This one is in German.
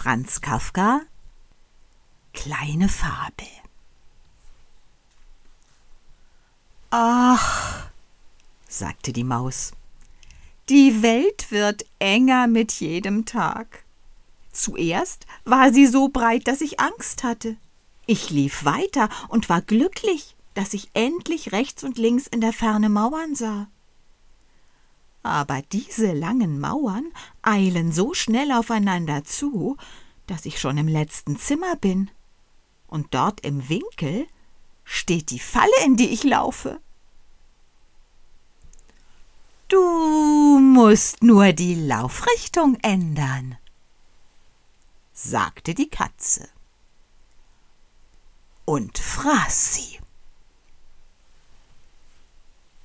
Franz Kafka, Kleine Fabel. »Ach«, sagte die Maus, »die Welt wird enger mit jedem Tag. Zuerst war sie so breit, dass ich Angst hatte. Ich lief weiter und war glücklich, dass ich endlich rechts und links in der Ferne Mauern sah. Aber diese langen Mauern eilen so schnell aufeinander zu, dass ich schon im letzten Zimmer bin. Und dort im Winkel steht die Falle, in die ich laufe. Du musst nur die Laufrichtung ändern«, sagte die Katze und fraß sie.